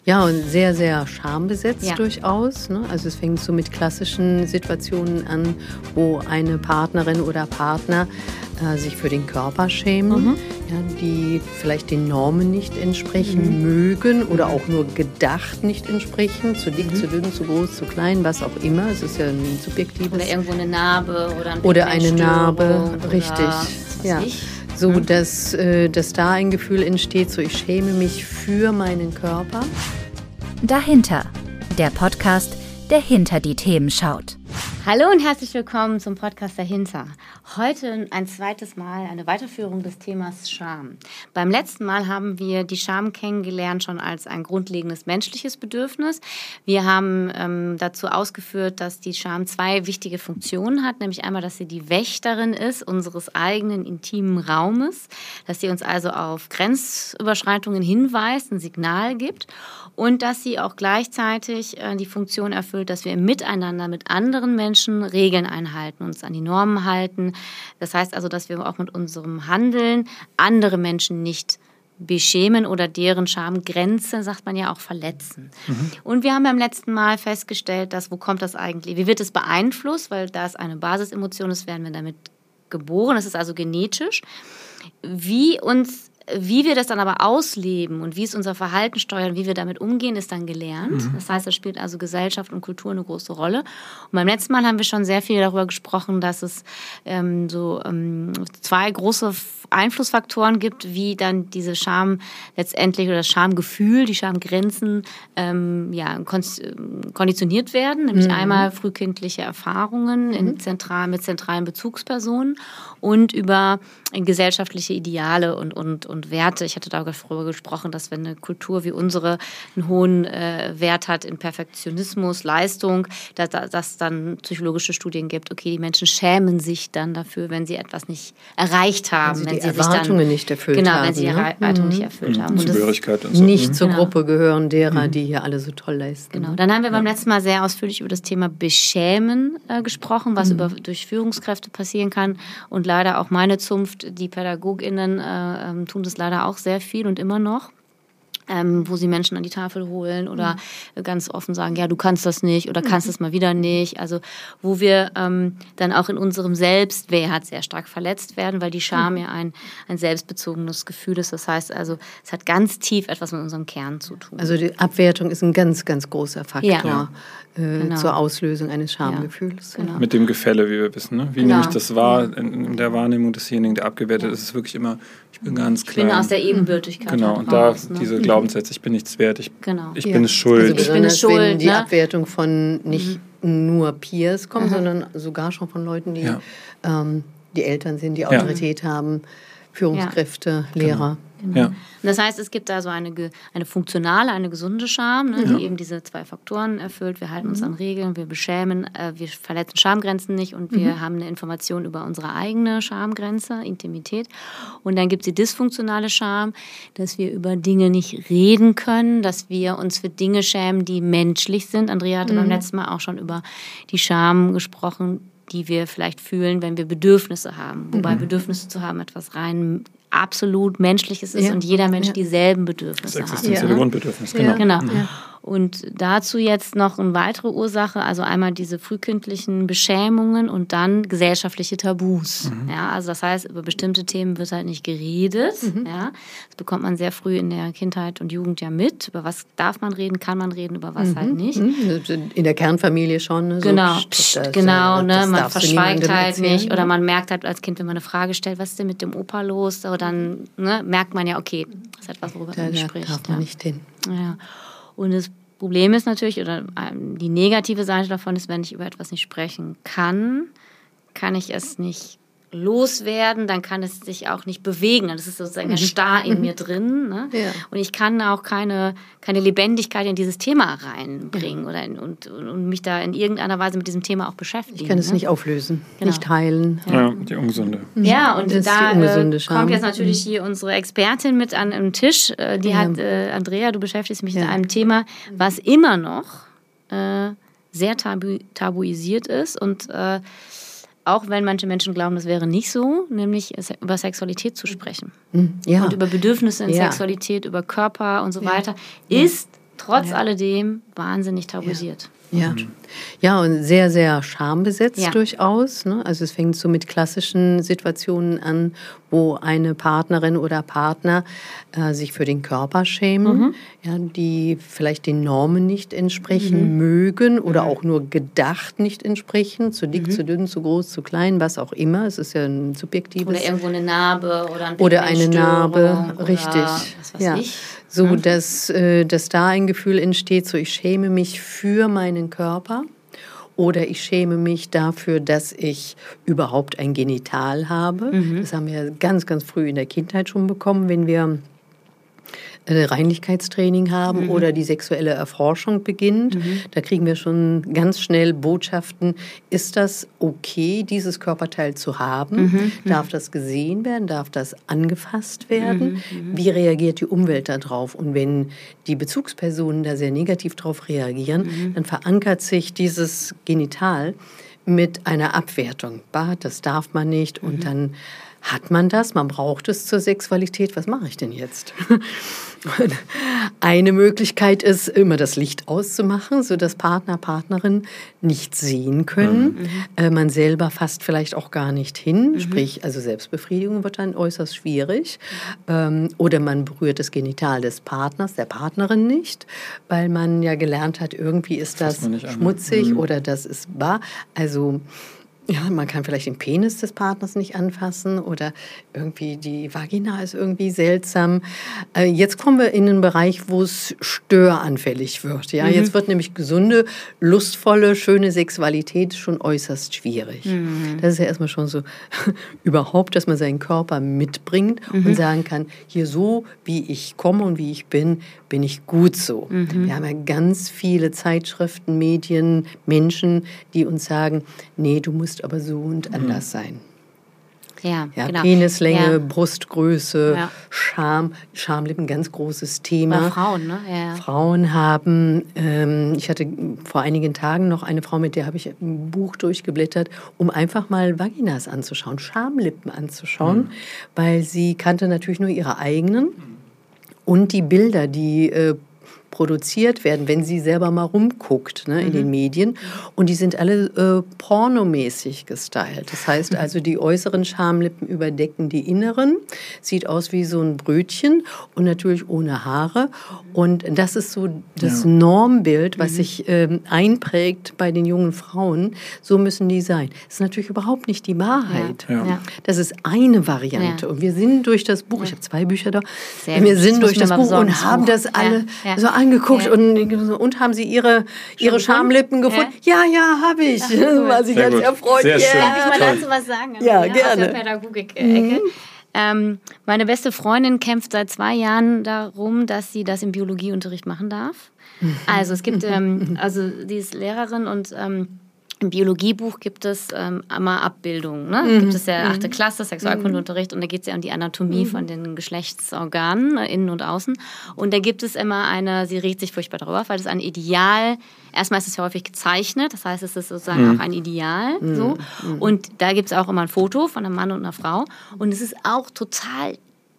Ja, und sehr, sehr schambesetzt durchaus. Ne? Also es fängt so mit klassischen Situationen an, wo eine Partnerin oder Partner sich für den Körper schämen, die vielleicht den Normen nicht entsprechen mögen oder auch nur gedacht nicht entsprechen. Zu dick, zu dünn, zu groß, zu klein, was auch immer. Es ist ja ein subjektives... Oder irgendwo eine Narbe oder eine Narbe, richtig. Ja. So, dass da ein Gefühl entsteht, so ich schäme mich für meinen Körper. Dahinter, der Podcast, der hinter die Themen schaut. Hallo und herzlich willkommen zum Podcast Dahinter. Heute ein zweites Mal eine Weiterführung des Themas Scham. Beim letzten Mal haben wir die Scham kennengelernt schon als ein grundlegendes menschliches Bedürfnis. Wir haben dazu ausgeführt, dass die Scham zwei wichtige Funktionen hat, nämlich einmal, dass sie die Wächterin ist unseres eigenen intimen Raumes, dass sie uns also auf Grenzüberschreitungen hinweist, ein Signal gibt und dass sie auch gleichzeitig die Funktion erfüllt, dass wir im Miteinander mit anderen Menschen Regeln einhalten, uns an die Normen halten. Das heißt also, dass wir auch mit unserem Handeln andere Menschen nicht beschämen oder deren Schamgrenze, sagt man ja auch, verletzen. Und wir haben beim letzten Mal festgestellt, dass, wo kommt das eigentlich, wie wird es beeinflusst, weil da es eine Basisemotion ist, werden wir damit geboren, das ist also genetisch. Wie wir das dann aber ausleben und wie es unser Verhalten steuert, wie wir damit umgehen, ist dann gelernt. Das heißt, da spielt also Gesellschaft und Kultur eine große Rolle. Und beim letzten Mal haben wir schon sehr viel darüber gesprochen, dass es zwei große Einflussfaktoren gibt, wie dann diese Scham letztendlich oder das Schamgefühl, die Schamgrenzen konditioniert werden. Nämlich einmal frühkindliche Erfahrungen mit zentralen Bezugspersonen und über gesellschaftliche Ideale und Werte. Ich hatte darüber gesprochen, dass wenn eine Kultur wie unsere einen hohen Wert hat in Perfektionismus, Leistung, dass dann psychologische Studien gibt, okay, die Menschen schämen sich dann dafür, wenn sie etwas nicht erreicht haben. Wenn sie die Erwartungen nicht erfüllt haben. Genau, wenn sie die Erwartungen nicht erfüllt haben. Zugehörigkeit und so. Nicht zur Gruppe gehören derer, die hier alle so toll leisten. Genau, dann haben wir beim letzten Mal sehr ausführlich über das Thema Beschämen gesprochen, was durch Führungskräfte passieren kann. Und leider auch meine Zunft, die PädagogInnen tun das leider auch sehr viel und immer noch. Wo sie Menschen an die Tafel holen oder ganz offen sagen, ja, du kannst das nicht oder kannst das mal wieder nicht. Also wo wir dann auch in unserem Selbstwert sehr stark verletzt werden, weil die Scham ja ein selbstbezogenes Gefühl ist. Das heißt also, es hat ganz tief etwas mit unserem Kern zu tun. Also die Abwertung ist ein ganz, ganz großer Faktor zur Auslösung eines Schamgefühls. Ja, genau. Mit dem Gefälle, wie wir wissen. Ne? Wie nehme ich das wahr in der Wahrnehmung desjenigen, der abgewertet ist? Es wirklich immer, ich bin ganz klein. Ich bin aus der Ebenbürtigkeit. Genau, und raus, da diese Glaubenssätze, ich bin nichts wert, ich bin es Also schuld. Ich bin es schuld. Wenn die Abwertung von nicht nur Peers kommt, sondern sogar schon von Leuten, die die Eltern sind, die Autorität haben, Führungskräfte, Lehrer. Genau. Ja. Und das heißt, es gibt da so eine funktionale, eine gesunde Scham, die eben diese zwei Faktoren erfüllt. Wir halten uns an Regeln, wir beschämen, wir verletzen Schamgrenzen nicht und wir haben eine Information über unsere eigene Schamgrenze, Intimität. Und dann gibt es die dysfunktionale Scham, dass wir über Dinge nicht reden können, dass wir uns für Dinge schämen, die menschlich sind. Andrea hatte beim letzten Mal auch schon über die Scham gesprochen, die wir vielleicht fühlen, wenn wir Bedürfnisse haben. Wobei Bedürfnisse zu haben etwas rein absolut Menschliches ist und jeder Mensch dieselben Bedürfnisse hat. Das existenzielle Grundbedürfnis, genau. Und dazu jetzt noch eine weitere Ursache, also einmal diese frühkindlichen Beschämungen und dann gesellschaftliche Tabus. Ja, also das heißt, über bestimmte Themen wird halt nicht geredet. Ja, das bekommt man sehr früh in der Kindheit und Jugend ja mit. Über was darf man reden, kann man reden, über was halt nicht. In der Kernfamilie schon. Ne? Genau, das man verschweigt halt nicht. Oder man merkt halt als Kind, wenn man eine Frage stellt, was ist denn mit dem Opa los? Oder dann merkt man ja, okay, das ist etwas, worüber man nicht spricht. Da darf man nicht hin. Ja. Und das Problem ist natürlich, oder die negative Seite davon ist, wenn ich über etwas nicht sprechen kann ich es nicht loswerden, dann kann es sich auch nicht bewegen. Das ist sozusagen starr in mir drin. Ne? Ja. Und ich kann auch keine Lebendigkeit in dieses Thema reinbringen und mich da in irgendeiner Weise mit diesem Thema auch beschäftigen. Ich kann es nicht auflösen, nicht heilen. Ja, die ungesunde. Ja, und da kommt jetzt natürlich hier unsere Expertin mit an den Tisch. Die hat, Andrea, du beschäftigst mich mit einem Thema, was immer noch sehr tabuisiert ist und auch wenn manche Menschen glauben, das wäre nicht so, nämlich über Sexualität zu sprechen. Ja. Und über Bedürfnisse in Sexualität, über Körper und so weiter, ist trotz alledem wahnsinnig tabuisiert. Ja, und sehr, sehr schambesetzt durchaus. Ne? Also es fängt so mit klassischen Situationen an, wo eine Partnerin oder Partner sich für den Körper schämen, die vielleicht den Normen nicht entsprechen mögen oder auch nur gedacht nicht entsprechen, zu dick, zu dünn, zu groß, zu klein, was auch immer. Es ist ja ein subjektives... Oder irgendwo eine Narbe oder eine Narbe, richtig. Was weiß ich. So, dass da ein Gefühl entsteht, so ich schäme mich für meinen Körper oder ich schäme mich dafür, dass ich überhaupt ein Genital habe. Das haben wir ganz, ganz früh in der Kindheit schon bekommen, wenn wir Reinlichkeitstraining haben oder die sexuelle Erforschung beginnt. Da kriegen wir schon ganz schnell Botschaften, ist das okay, dieses Körperteil zu haben? Darf das gesehen werden? Darf das angefasst werden? Wie reagiert die Umwelt darauf? Und wenn die Bezugspersonen da sehr negativ drauf reagieren, dann verankert sich dieses Genital mit einer Abwertung. Bah, das darf man nicht. Und dann hat man das, man braucht es zur Sexualität. Was mache ich denn jetzt? Eine Möglichkeit ist, immer das Licht auszumachen, sodass Partner, Partnerin nichts sehen können. Man selber fasst vielleicht auch gar nicht hin, sprich, also Selbstbefriedigung wird dann äußerst schwierig. Oder man berührt das Genital des Partners, der Partnerin nicht, weil man ja gelernt hat, irgendwie ist das schmutzig oder das ist bar. Also ja, man kann vielleicht den Penis des Partners nicht anfassen oder irgendwie die Vagina ist irgendwie seltsam. Jetzt kommen wir in einen Bereich, wo es störanfällig wird. Ja? Jetzt wird nämlich gesunde, lustvolle, schöne Sexualität schon äußerst schwierig. Das ist ja erstmal schon so überhaupt, dass man seinen Körper mitbringt und sagen kann, hier so, wie ich komme und wie ich bin ich gut so. Wir haben ja ganz viele Zeitschriften, Medien, Menschen, die uns sagen, nee, du musst aber so und anders sein. Ja, genau. Penislänge, Brustgröße, Schamlippen, ganz großes Thema. Bei Frauen, ne? Ja. Frauen haben, ich hatte vor einigen Tagen noch eine Frau, mit der habe ich ein Buch durchgeblättert, um einfach mal Vaginas anzuschauen, Schamlippen anzuschauen, weil sie kannte natürlich nur ihre eigenen und die Bilder, die produziert werden, wenn sie selber mal rumguckt, ne, in den Medien. Und die sind alle pornomäßig gestylt. Das heißt also, die äußeren Schamlippen überdecken die inneren. Sieht aus wie so ein Brötchen und natürlich ohne Haare. Und das ist so das Normbild, was sich einprägt bei den jungen Frauen. So müssen die sein. Das ist natürlich überhaupt nicht die Wahrheit. Das ist eine Variante. Und wir sind durch das Buch, ich habe 2 Bücher da, wir sind durch das Buch und haben das alle so angeguckt und haben Sie Ihre Schamlippen gefunden? Ja, habe ich. War sie ganz erfreut. Darf ich mal dazu was sagen? Ja, gerne. Aus der Pädagogik-Ecke. Meine beste Freundin kämpft seit 2 Jahren darum, dass sie das im Biologieunterricht machen darf. Also es gibt, die ist Lehrerin und im Biologiebuch gibt es immer Abbildungen. Ne? Gibt es ja 8. Klasse, Sexualkundeunterricht, und da geht es ja um die Anatomie von den Geschlechtsorganen, innen und außen. Und da gibt es immer sie regt sich furchtbar darüber, weil das ein Ideal, erstmal ist es ja häufig gezeichnet, das heißt, es ist sozusagen auch ein Ideal. So. Und da gibt es auch immer ein Foto von einem Mann und einer Frau. Und es ist auch total,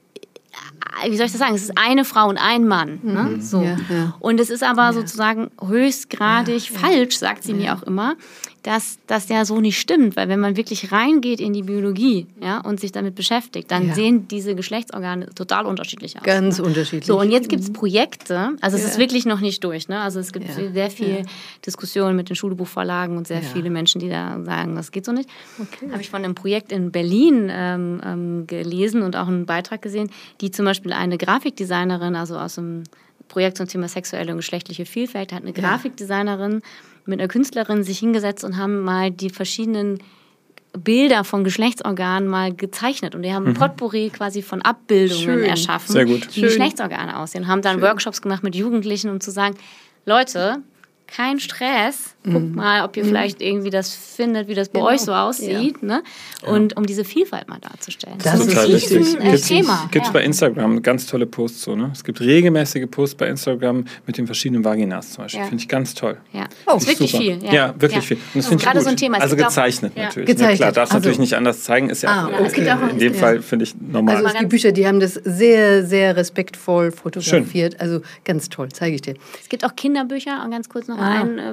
wie soll ich das sagen, es ist eine Frau und ein Mann. Ne? So. Und es ist aber sozusagen höchstgradig falsch, sagt sie mir auch immer, dass das ja so nicht stimmt, weil wenn man wirklich reingeht in die Biologie und sich damit beschäftigt, dann sehen diese Geschlechtsorgane total unterschiedlich aus. Ganz unterschiedlich. So, und jetzt gibt es Projekte, also es ist wirklich noch nicht durch, ne? Also es gibt sehr viel Diskussionen mit den Schulbuchverlagen und sehr viele Menschen, die da sagen, das geht so nicht. Habe ich von einem Projekt in Berlin gelesen und auch einen Beitrag gesehen, die zum Beispiel eine Grafikdesignerin, also aus einem Projekt zum Thema sexuelle und geschlechtliche Vielfalt, hat eine Grafikdesignerin mit einer Künstlerin sich hingesetzt und haben mal die verschiedenen Bilder von Geschlechtsorganen mal gezeichnet. Und die haben ein Potpourri quasi von Abbildungen erschaffen, wie Geschlechtsorgane aussehen. Und haben dann Workshops gemacht mit Jugendlichen, um zu sagen, Leute, kein Stress. Guckt mal, ob ihr vielleicht irgendwie das findet, wie das bei euch so aussieht. Ne? Und um diese Vielfalt mal darzustellen. Das ist total wichtig. Thema. Gibt es bei Instagram ganz tolle Posts so, ne? Es gibt regelmäßige Posts bei Instagram mit den verschiedenen Vaginas zum Beispiel. Finde ich ganz toll. Ja. Das ist wirklich viel. Ja, wirklich viel. Und das finde ich gerade gut. So ein Thema. Also gezeichnet natürlich. Gezeichnet. Klar, darfst natürlich nicht anders zeigen. Ist ja in dem Fall, finde ich, normal. Also es gibt Bücher, die haben das sehr, sehr respektvoll fotografiert. Schön. Also ganz toll, zeige ich dir. Es gibt auch Kinderbücher, ganz kurz noch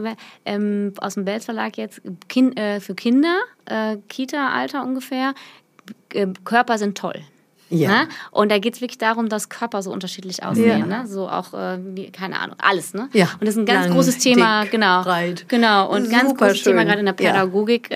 aus dem Belz Verlag jetzt, für Kinder, Kita-Alter ungefähr, Körper sind toll. Ja. Ne? Und da geht es wirklich darum, dass Körper so unterschiedlich aussehen. Ne? So auch, keine Ahnung, alles. Ne? Ja. Und das ist ein ganz großes Thema. Dick, genau. breit. Genau. Und ganz großes Thema gerade in der Pädagogik.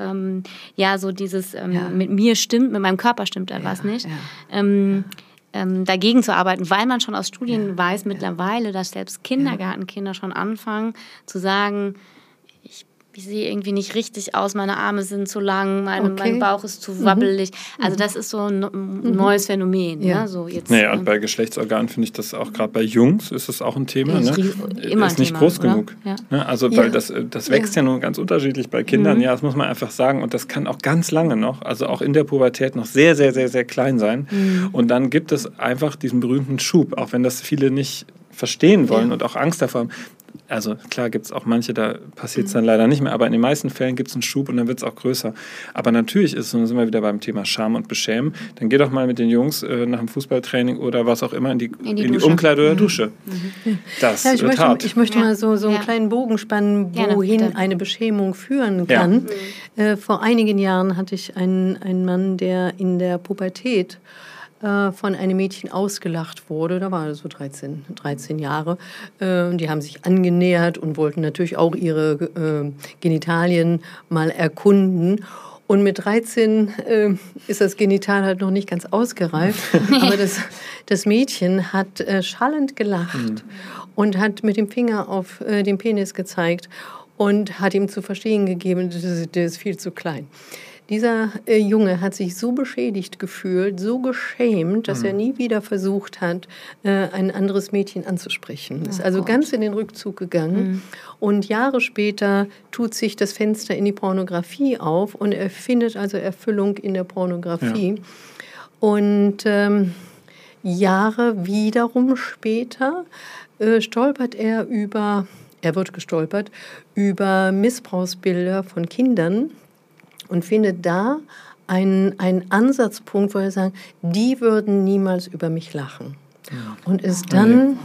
So dieses, mit mir stimmt, mit meinem Körper stimmt etwas nicht. Ja. Dagegen zu arbeiten, weil man schon aus Studien weiß mittlerweile, dass selbst Kindergartenkinder schon anfangen zu sagen, ich sehe irgendwie nicht richtig aus, meine Arme sind zu lang, mein Bauch ist zu wabbelig. Also das ist so ein neues Phänomen. Ja. Ne? So jetzt, und bei Geschlechtsorganen finde ich das auch, gerade bei Jungs ist das auch ein Thema. Ne? Immer ist nicht Thema, groß oder? genug. Ja. Ne? Also weil das wächst ja nun ganz unterschiedlich bei Kindern. Ja, das muss man einfach sagen. Und das kann auch ganz lange noch, also auch in der Pubertät noch sehr, sehr, sehr, sehr klein sein. Und dann gibt es einfach diesen berühmten Schub, auch wenn das viele nicht verstehen wollen und auch Angst davor haben. Also klar gibt es auch manche, da passiert es dann leider nicht mehr, aber in den meisten Fällen gibt es einen Schub und dann wird es auch größer. Aber natürlich ist es, und dann sind wir wieder beim Thema Scham und Beschämen, dann geh doch mal mit den Jungs nach dem Fußballtraining oder was auch immer in die Umkleide oder Dusche. Das wird hart. Ich möchte mal so einen kleinen Bogen spannen, wohin eine Beschämung führen kann. Vor einigen Jahren hatte ich einen Mann, der in der Pubertät von einem Mädchen ausgelacht wurde. Da war er so 13 Jahre. Die haben sich angenähert und wollten natürlich auch ihre Genitalien mal erkunden. Und mit 13 ist das Genital halt noch nicht ganz ausgereift. Aber das Mädchen hat schallend gelacht und hat mit dem Finger auf den Penis gezeigt und hat ihm zu verstehen gegeben, der ist viel zu klein. Dieser Junge hat sich so beschädigt gefühlt, so geschämt, dass er nie wieder versucht hat, ein anderes Mädchen anzusprechen. Ist also ganz in den Rückzug gegangen. Und Jahre später tut sich das Fenster in die Pornografie auf und er findet also Erfüllung in der Pornografie. Ja. Und Jahre wiederum später wird gestolpert über Missbrauchsbilder von Kindern. Und findet da einen Ansatzpunkt, wo er sagt, die würden niemals über mich lachen. Und ist dann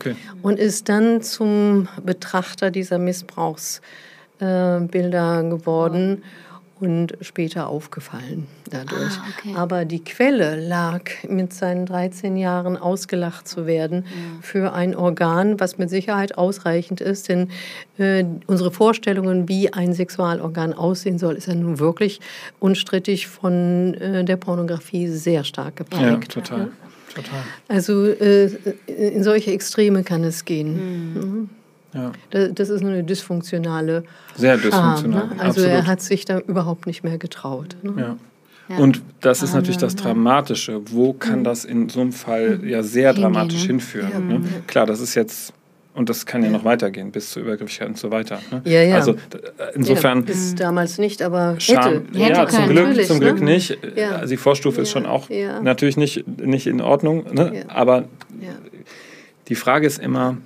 zum Betrachter dieser Missbrauchsbilder geworden und später aufgefallen dadurch. Aber die Quelle lag mit seinen 13 Jahren ausgelacht zu werden für ein Organ, was mit Sicherheit ausreichend ist, denn unsere Vorstellungen, wie ein Sexualorgan aussehen soll, ist ja nun wirklich unstrittig von der Pornografie sehr stark geprägt. Ja, total. Also in solche Extreme kann es gehen. Ja. Das ist eine dysfunktionale Sehr dysfunktional. Scham, ne? Also absolut. Er hat sich da überhaupt nicht mehr getraut. Ne? Ja. Und das ist natürlich das Dramatische. Wo kann das in so einem Fall ja sehr dramatisch hinführen? Ja. Ne? Klar, das ist jetzt, und das kann ja noch weitergehen, bis zur Übergriffigkeit und so weiter. Ne? Ja. Also insofern... Bis damals nicht, aber Scham, hätte zum Glück nicht. Ja. Also die Vorstufe ist schon auch natürlich nicht in Ordnung. Ne? Ja. Aber die Frage ist immer...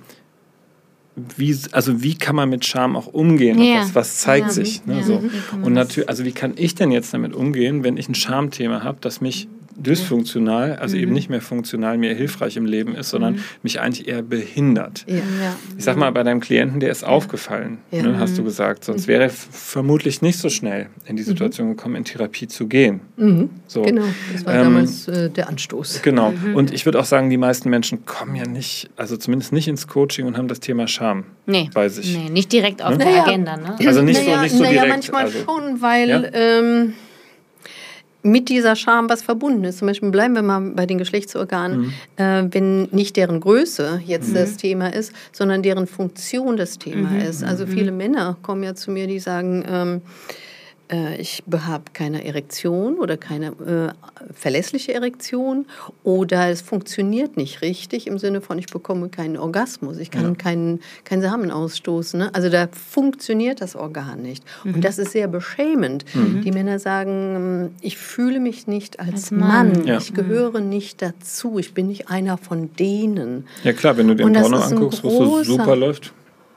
Wie kann man mit Scham auch umgehen? Ja. Was zeigt sich? Ne, so. Und natürlich, also wie kann ich denn jetzt damit umgehen, wenn ich ein Schamthema habe, das mich dysfunktional, also eben nicht mehr funktional, mir hilfreich im Leben ist, sondern mich eigentlich eher behindert. Ja. Ich sag mal, bei deinem Klienten, der ist aufgefallen, ne, hast du gesagt, sonst wäre er vermutlich nicht so schnell in die Situation gekommen, in Therapie zu gehen. So. Genau, das war damals der Anstoß. Genau, und ich würde auch sagen, die meisten Menschen kommen ja nicht, also zumindest nicht ins Coaching und haben das Thema Scham bei sich. Nee, nicht direkt auf der Agenda. Ne? Also nicht so direkt. Manchmal schon, weil... mit dieser Scham was verbunden ist. Zum Beispiel bleiben wir mal bei den Geschlechtsorganen, wenn nicht deren Größe jetzt das Thema ist, sondern deren Funktion das Thema ist. Also viele Männer kommen ja zu mir, die sagen, ich habe keine Erektion oder keine verlässliche Erektion oder es funktioniert nicht richtig im Sinne von, ich bekomme keinen Orgasmus, ich kann keinen Samen ausstoßen. Ne? Also da funktioniert das Organ nicht. Und das ist sehr beschämend. Die Männer sagen, ich fühle mich nicht als Mann. Ja. Ich gehöre nicht dazu. Ich bin nicht einer von denen. Ja klar, wenn du den Porno anguckst, wo es super läuft.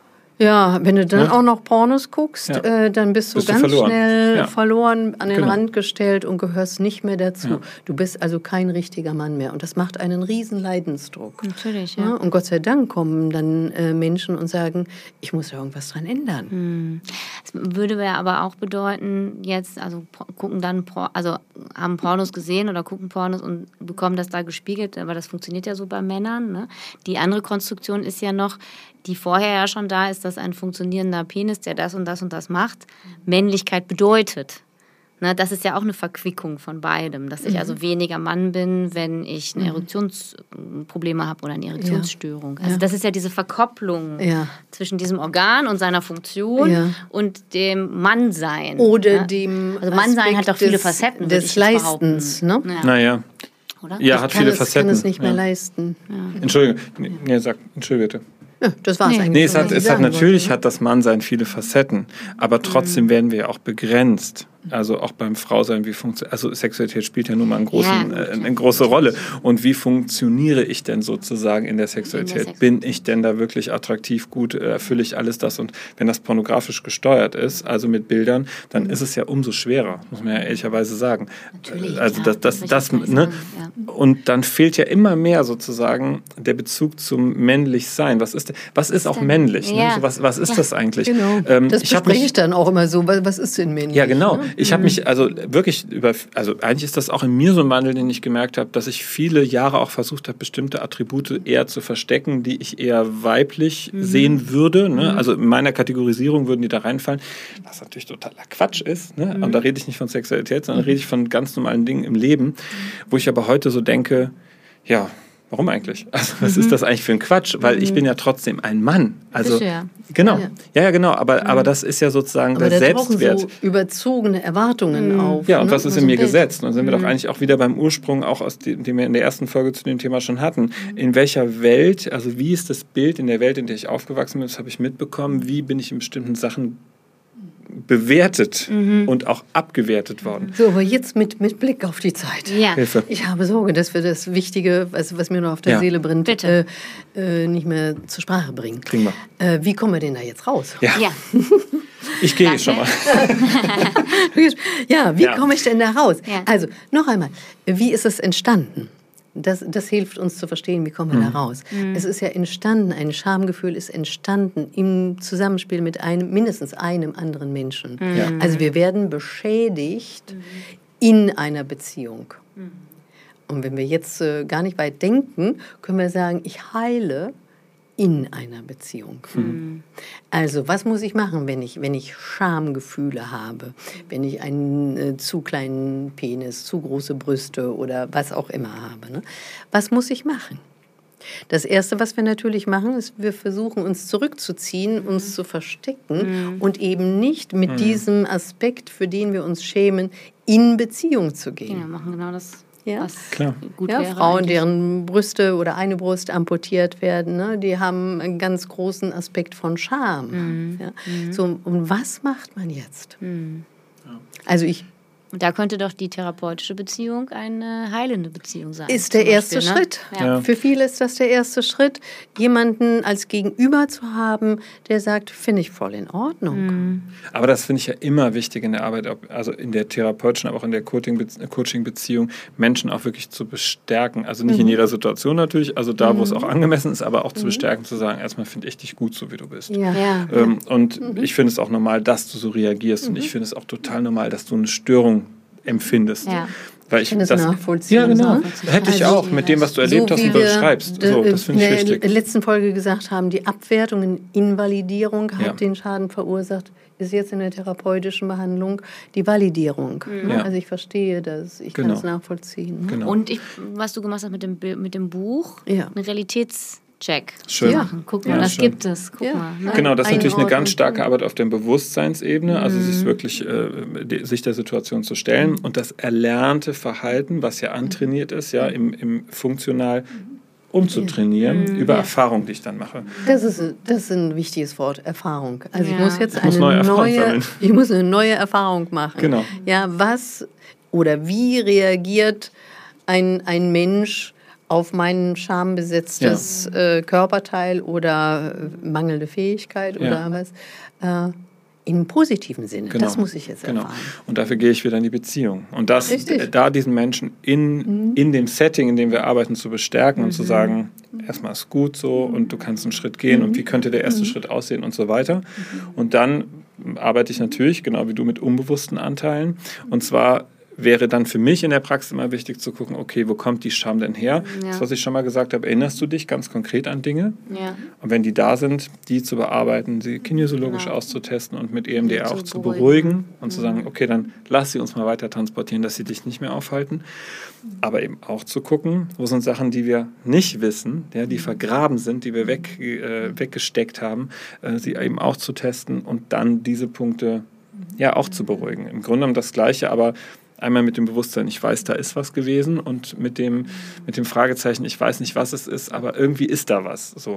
Ja, wenn du dann auch noch Pornos guckst, dann bist du ganz schnell verloren, an den Rand gestellt und gehörst nicht mehr dazu. Ja. Du bist also kein richtiger Mann mehr. Und das macht einen riesen Leidensdruck. Natürlich, ja. Und Gott sei Dank kommen dann Menschen und sagen, ich muss da irgendwas dran ändern. Das würde ja aber auch bedeuten, jetzt, also gucken dann, also haben Pornos gesehen oder gucken Pornos und bekommen das da gespiegelt, aber das funktioniert ja so bei Männern. Ne? Die andere Konstruktion ist ja noch, die vorher ja schon da ist, dass ein funktionierender Penis, der das und das und das macht, Männlichkeit bedeutet. Ne, das ist ja auch eine Verquickung von beidem, dass ich also weniger Mann bin, wenn ich eine Erektionsprobleme habe oder eine Erektionsstörung. Also das ist ja diese Verkopplung zwischen diesem Organ und seiner Funktion und dem Mannsein. Oder dem also Mannsein hat doch viele Facetten, des Leistens. Ne? Ja. Naja. Oder? Ja, hat viele Facetten. Ich kann es nicht mehr leisten. Ja. Entschuldige, Entschuldige bitte. Ja, das war's eigentlich. Nee, natürlich hat das Mannsein viele Facetten, aber trotzdem werden wir ja auch begrenzt. Also auch beim Frausein, also Sexualität spielt ja nun mal eine große Rolle. Und wie funktioniere ich denn sozusagen in der Sexualität? Bin ich denn da wirklich attraktiv, gut, erfülle ich alles das? Und wenn das pornografisch gesteuert ist, also mit Bildern, dann ist es ja umso schwerer, muss man ja ehrlicherweise sagen. Natürlich, also ne? Und dann fehlt ja immer mehr sozusagen der Bezug zum Männlichsein. Was ist auch männlich? Ja. Ne? So, was ist das eigentlich? Genau. Das bespreche ich dann auch immer so. Was ist denn männlich? Ja, genau. Ich habe mich also wirklich eigentlich ist das auch in mir so ein Wandel, den ich gemerkt habe, dass ich viele Jahre auch versucht habe, bestimmte Attribute eher zu verstecken, die ich eher weiblich sehen würde. Ne? Also in meiner Kategorisierung würden die da reinfallen, was natürlich totaler Quatsch ist. Ne? Und da rede ich nicht von Sexualität, sondern rede ich von ganz normalen Dingen im Leben, wo ich aber heute so denke, ja, warum eigentlich? Also was ist das eigentlich für ein Quatsch? Weil ich bin ja trotzdem ein Mann. Also genau, ja genau. Aber das ist ja sozusagen der Selbstwert. So überzogene Erwartungen auf. Ja, und was ist in mir gesetzt? Und dann sind wir doch eigentlich auch wieder beim Ursprung, auch aus dem wir in der ersten Folge zu dem Thema schon hatten. In welcher Welt, also wie ist das Bild in der Welt, in der ich aufgewachsen bin? Das habe ich mitbekommen. Wie bin ich in bestimmten Sachen bewertet und auch abgewertet worden. So, aber jetzt mit Blick auf die Zeit. Ja. Hilfe. Ich habe Sorge, dass wir das Wichtige, was mir noch auf der Seele brennt, nicht mehr zur Sprache bringen. Kriegen wir. Wie kommen wir denn da jetzt raus? Ja. Ich gehe schon mal. Ja, wie komme ich denn da raus? Ja. Also, noch einmal, wie ist es entstanden? Das hilft uns zu verstehen, wie kommen wir da raus. Es ist ja entstanden, ein Schamgefühl ist entstanden im Zusammenspiel mit mindestens einem anderen Menschen. Ja. Also wir werden beschädigt in einer Beziehung. Und wenn wir jetzt gar nicht weit denken, können wir sagen, ich heile in einer Beziehung. Also was muss ich machen, wenn ich Schamgefühle habe, wenn ich einen zu kleinen Penis, zu große Brüste oder was auch immer habe? Ne? Was muss ich machen? Das Erste, was wir natürlich machen, ist, wir versuchen uns zurückzuziehen, uns zu verstecken und eben nicht mit diesem Aspekt, für den wir uns schämen, in Beziehung zu gehen. Ja, machen genau das. Ja, was klar. Gut ja, wäre Frauen, eigentlich. deren Brüste oder eine Brust amputiert werden, ne, die haben einen ganz großen Aspekt von Scham. Ja. So, und was macht man jetzt? Also Und da könnte doch die therapeutische Beziehung eine heilende Beziehung sein. Ist der erste Beispiel, Schritt. Ne? Ja. Für viele ist das der erste Schritt, jemanden als Gegenüber zu haben, der sagt, finde ich voll in Ordnung. Aber das finde ich ja immer wichtig in der Arbeit, also in der therapeutischen, aber auch in der Coaching-Beziehung, Menschen auch wirklich zu bestärken. Also nicht in jeder Situation natürlich, also da, wo es auch angemessen ist, aber auch zu bestärken, zu sagen, erstmal finde ich dich gut, so wie du bist. Ja. Und ich finde es auch normal, dass du so reagierst und ich finde es auch total normal, dass du eine Störung empfindest. Ja. Weil ich kann das nachvollziehen. Ja, genau. Ne? Hätte ich auch, mit dem, was du erlebt hast und beschreibst. So, das finde ich wichtig. In der letzten Folge gesagt haben, die Abwertung und Invalidierung hat den Schaden verursacht, ist jetzt in der therapeutischen Behandlung die Validierung. Ne? Also ich verstehe das, ich kann es nachvollziehen. Ne? Genau. Und was du gemacht hast mit dem Buch, eine Realitätscheck Check Schön. machen. Guck mal, das gibt es. Guck mal. Ne? Genau, das ist natürlich eine ganz starke Arbeit auf der Bewusstseinsebene, also sich wirklich sich der Situation zu stellen und das erlernte Verhalten, was ja antrainiert ist, ja, im funktional umzutrainieren über Erfahrung, die ich dann mache. Das ist ein wichtiges Wort, Erfahrung. Also ich muss jetzt ich muss eine neue Erfahrung machen. Genau. Ja, was oder wie reagiert ein Mensch auf mein schambesetztes Körperteil oder mangelnde Fähigkeit oder was? Im positiven Sinne, das muss ich jetzt erfahren. Und dafür gehe ich wieder in die Beziehung. Und da diesen Menschen in dem Setting, in dem wir arbeiten, zu bestärken und zu sagen, erstmal ist gut so und du kannst einen Schritt gehen und wie könnte der erste Schritt aussehen und so weiter. Und dann arbeite ich natürlich, genau wie du, mit unbewussten Anteilen. Und zwar wäre dann für mich in der Praxis immer wichtig zu gucken, okay, wo kommt die Scham denn her? Ja. Das, was ich schon mal gesagt habe, erinnerst du dich ganz konkret an Dinge? Ja. Und wenn die da sind, die zu bearbeiten, sie kinesiologisch auszutesten und mit EMDR auch zu beruhigen und zu sagen, okay, dann lass sie uns mal weiter transportieren, dass sie dich nicht mehr aufhalten. Aber eben auch zu gucken, wo sind Sachen, die wir nicht wissen, die vergraben sind, die wir weggesteckt haben, sie eben auch zu testen und dann diese Punkte auch zu beruhigen. Im Grunde genommen das Gleiche, aber einmal mit dem Bewusstsein, ich weiß, da ist was gewesen und mit dem Fragezeichen, ich weiß nicht, was es ist, aber irgendwie ist da was. So.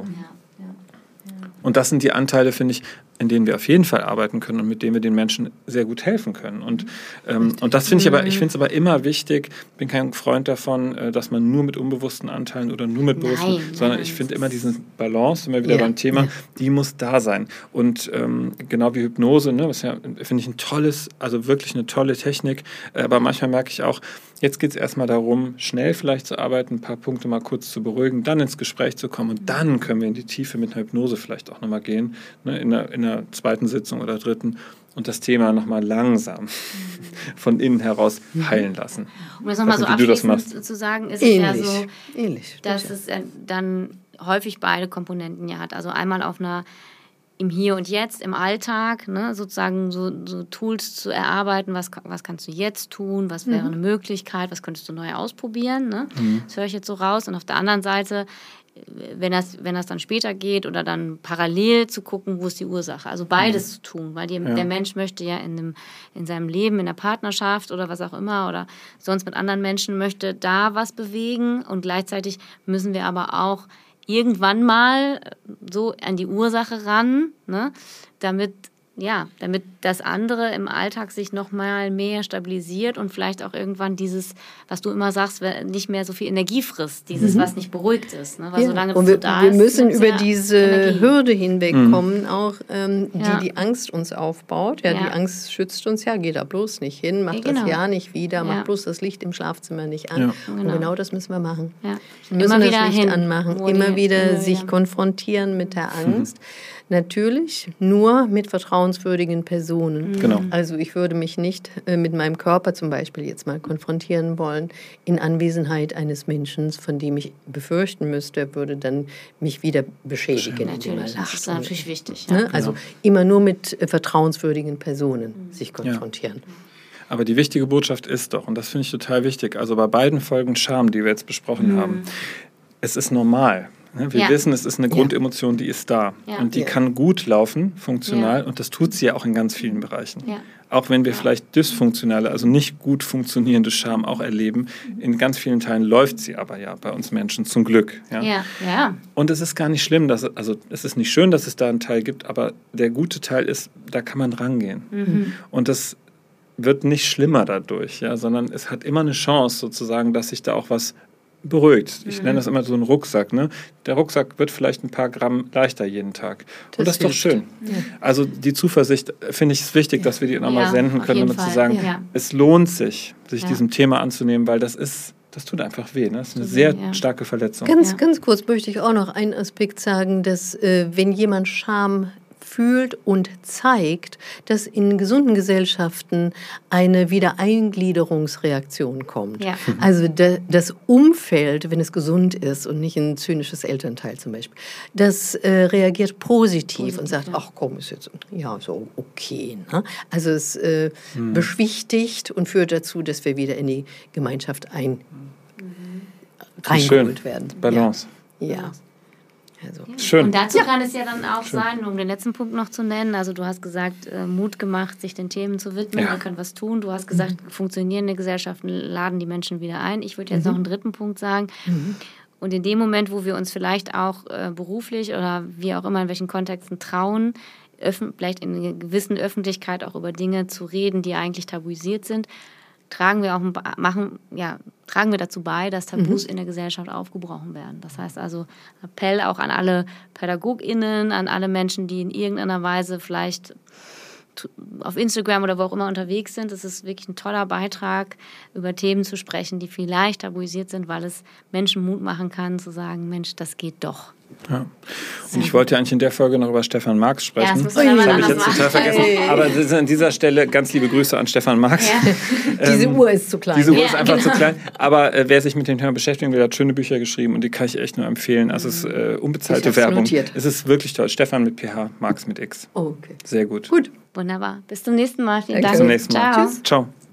Und das sind die Anteile, finde ich, in denen wir auf jeden Fall arbeiten können und mit denen wir den Menschen sehr gut helfen können. Und das finde ich finde es aber immer wichtig, ich bin kein Freund davon, dass man nur mit unbewussten Anteilen oder nur mit bewussten, sondern ich finde immer diese Balance, immer wieder beim Thema, die muss da sein. Und genau wie Hypnose, ne, was finde ich wirklich eine tolle Technik, aber manchmal merke ich auch, jetzt geht es erstmal darum, schnell vielleicht zu arbeiten, ein paar Punkte mal kurz zu beruhigen, dann ins Gespräch zu kommen und dann können wir in die Tiefe mit einer Hypnose vielleicht auch nochmal gehen, ne, in der zweiten Sitzung oder dritten und das Thema nochmal langsam von innen heraus heilen lassen. Um das nochmal so abschließend zu sagen, ist es ja so, dass es dann häufig beide Komponenten hat. Also einmal auf einer im Hier und Jetzt, im Alltag, ne, sozusagen so Tools zu erarbeiten, was kannst du jetzt tun, was wäre eine Möglichkeit, was könntest du neu ausprobieren. Ne? Das höre ich jetzt so raus. Und auf der anderen Seite, wenn das dann später geht oder dann parallel zu gucken, wo ist die Ursache. Also beides zu tun, weil der Mensch möchte ja in seinem Leben, in der Partnerschaft oder was auch immer oder sonst mit anderen Menschen möchte da was bewegen und gleichzeitig müssen wir aber auch irgendwann mal so an die Ursache ran, ne, damit das andere im Alltag sich noch mal mehr stabilisiert und vielleicht auch irgendwann dieses, was du immer sagst, nicht mehr so viel Energie frisst, dieses, was nicht beruhigt ist. Ne? Weil solange das so da wir ist, müssen über diese Hürde hinwegkommen, auch die Angst uns aufbaut. Ja, die Angst schützt uns, geh da bloß nicht hin, mach das nicht wieder, mach bloß das Licht im Schlafzimmer nicht an. Ja. Und genau das müssen wir machen. Ja. Wir müssen das Licht anmachen, immer wieder sich konfrontieren mit der Angst. Natürlich nur mit vertrauenswürdigen Personen. Genau. Also ich würde mich nicht mit meinem Körper zum Beispiel jetzt mal konfrontieren wollen in Anwesenheit eines Menschen, von dem ich befürchten müsste, er würde dann mich wieder beschädigen. Natürlich, das ist natürlich wichtig. Ja. Also immer nur mit vertrauenswürdigen Personen sich konfrontieren. Ja. Aber die wichtige Botschaft ist doch, und das finde ich total wichtig, also bei beiden Folgen Scham, die wir jetzt besprochen haben, es ist normal. Wir wissen, es ist eine Grundemotion, die ist da. Ja. Und die kann gut laufen, funktional. Und das tut sie ja auch in ganz vielen Bereichen. Ja. Auch wenn wir vielleicht dysfunktionale, also nicht gut funktionierende Scham auch erleben, in ganz vielen Teilen läuft sie aber bei uns Menschen zum Glück. Ja. Und es ist gar nicht schlimm, es ist nicht schön, dass es da einen Teil gibt, aber der gute Teil ist, da kann man rangehen. Und das wird nicht schlimmer dadurch, sondern es hat immer eine Chance sozusagen, dass sich da auch was beruhigt. Ich nenne das immer so einen Rucksack. Ne? Der Rucksack wird vielleicht ein paar Gramm leichter jeden Tag. Und das ist doch schön. Ja. Also die Zuversicht, finde ich es wichtig, dass wir die nochmal senden können, damit zu sagen, es lohnt sich diesem Thema anzunehmen, weil das tut einfach weh. Ne? Das ist eine sehr starke Verletzung. Ganz kurz möchte ich auch noch einen Aspekt sagen, dass wenn jemand Scham fühlt und zeigt, dass in gesunden Gesellschaften eine Wiedereingliederungsreaktion kommt. Ja. Also das Umfeld, wenn es gesund ist und nicht ein zynisches Elternteil zum Beispiel, das reagiert positiv und sagt, ach komm, ist jetzt so okay. Ne? Also es beschwichtigt und führt dazu, dass wir wieder in die Gemeinschaft reingeholt werden. Balance. Ja. Also. Schön. Und dazu kann es ja dann auch sein, um den letzten Punkt noch zu nennen, also du hast gesagt, Mut gemacht, sich den Themen zu widmen, wir können was tun. Du hast gesagt, funktionierende Gesellschaften laden die Menschen wieder ein. Ich würde jetzt noch einen dritten Punkt sagen. Und in dem Moment, wo wir uns vielleicht auch beruflich oder wie auch immer in welchen Kontexten trauen, vielleicht in einer gewissen Öffentlichkeit auch über Dinge zu reden, die eigentlich tabuisiert sind, tragen wir dazu bei, dass Tabus in der Gesellschaft aufgebrochen werden. Das heißt also, Appell auch an alle PädagogInnen, an alle Menschen, die in irgendeiner Weise vielleicht auf Instagram oder wo auch immer unterwegs sind. Es ist wirklich ein toller Beitrag, über Themen zu sprechen, die vielleicht tabuisiert sind, weil es Menschen Mut machen kann, zu sagen, Mensch, das geht doch. Ja. Und ich wollte ja eigentlich in der Folge noch über Stefan Marx sprechen. Das habe ich jetzt total vergessen. Aber das ist an dieser Stelle ganz liebe Grüße an Stefan Marx. Ja. Diese Uhr ist zu klein. Diese Uhr ist einfach zu klein. Aber wer sich mit dem Thema beschäftigen will, hat schöne Bücher geschrieben und die kann ich echt nur empfehlen. Also es ist unbezahlte Werbung. Notiert. Es ist wirklich toll. Stefan mit PH, Marx mit X. Oh, okay. Sehr gut. Wunderbar. Bis zum nächsten Mal. Vielen Dank. Bis zum nächsten Mal. Ciao. Tschüss. Ciao.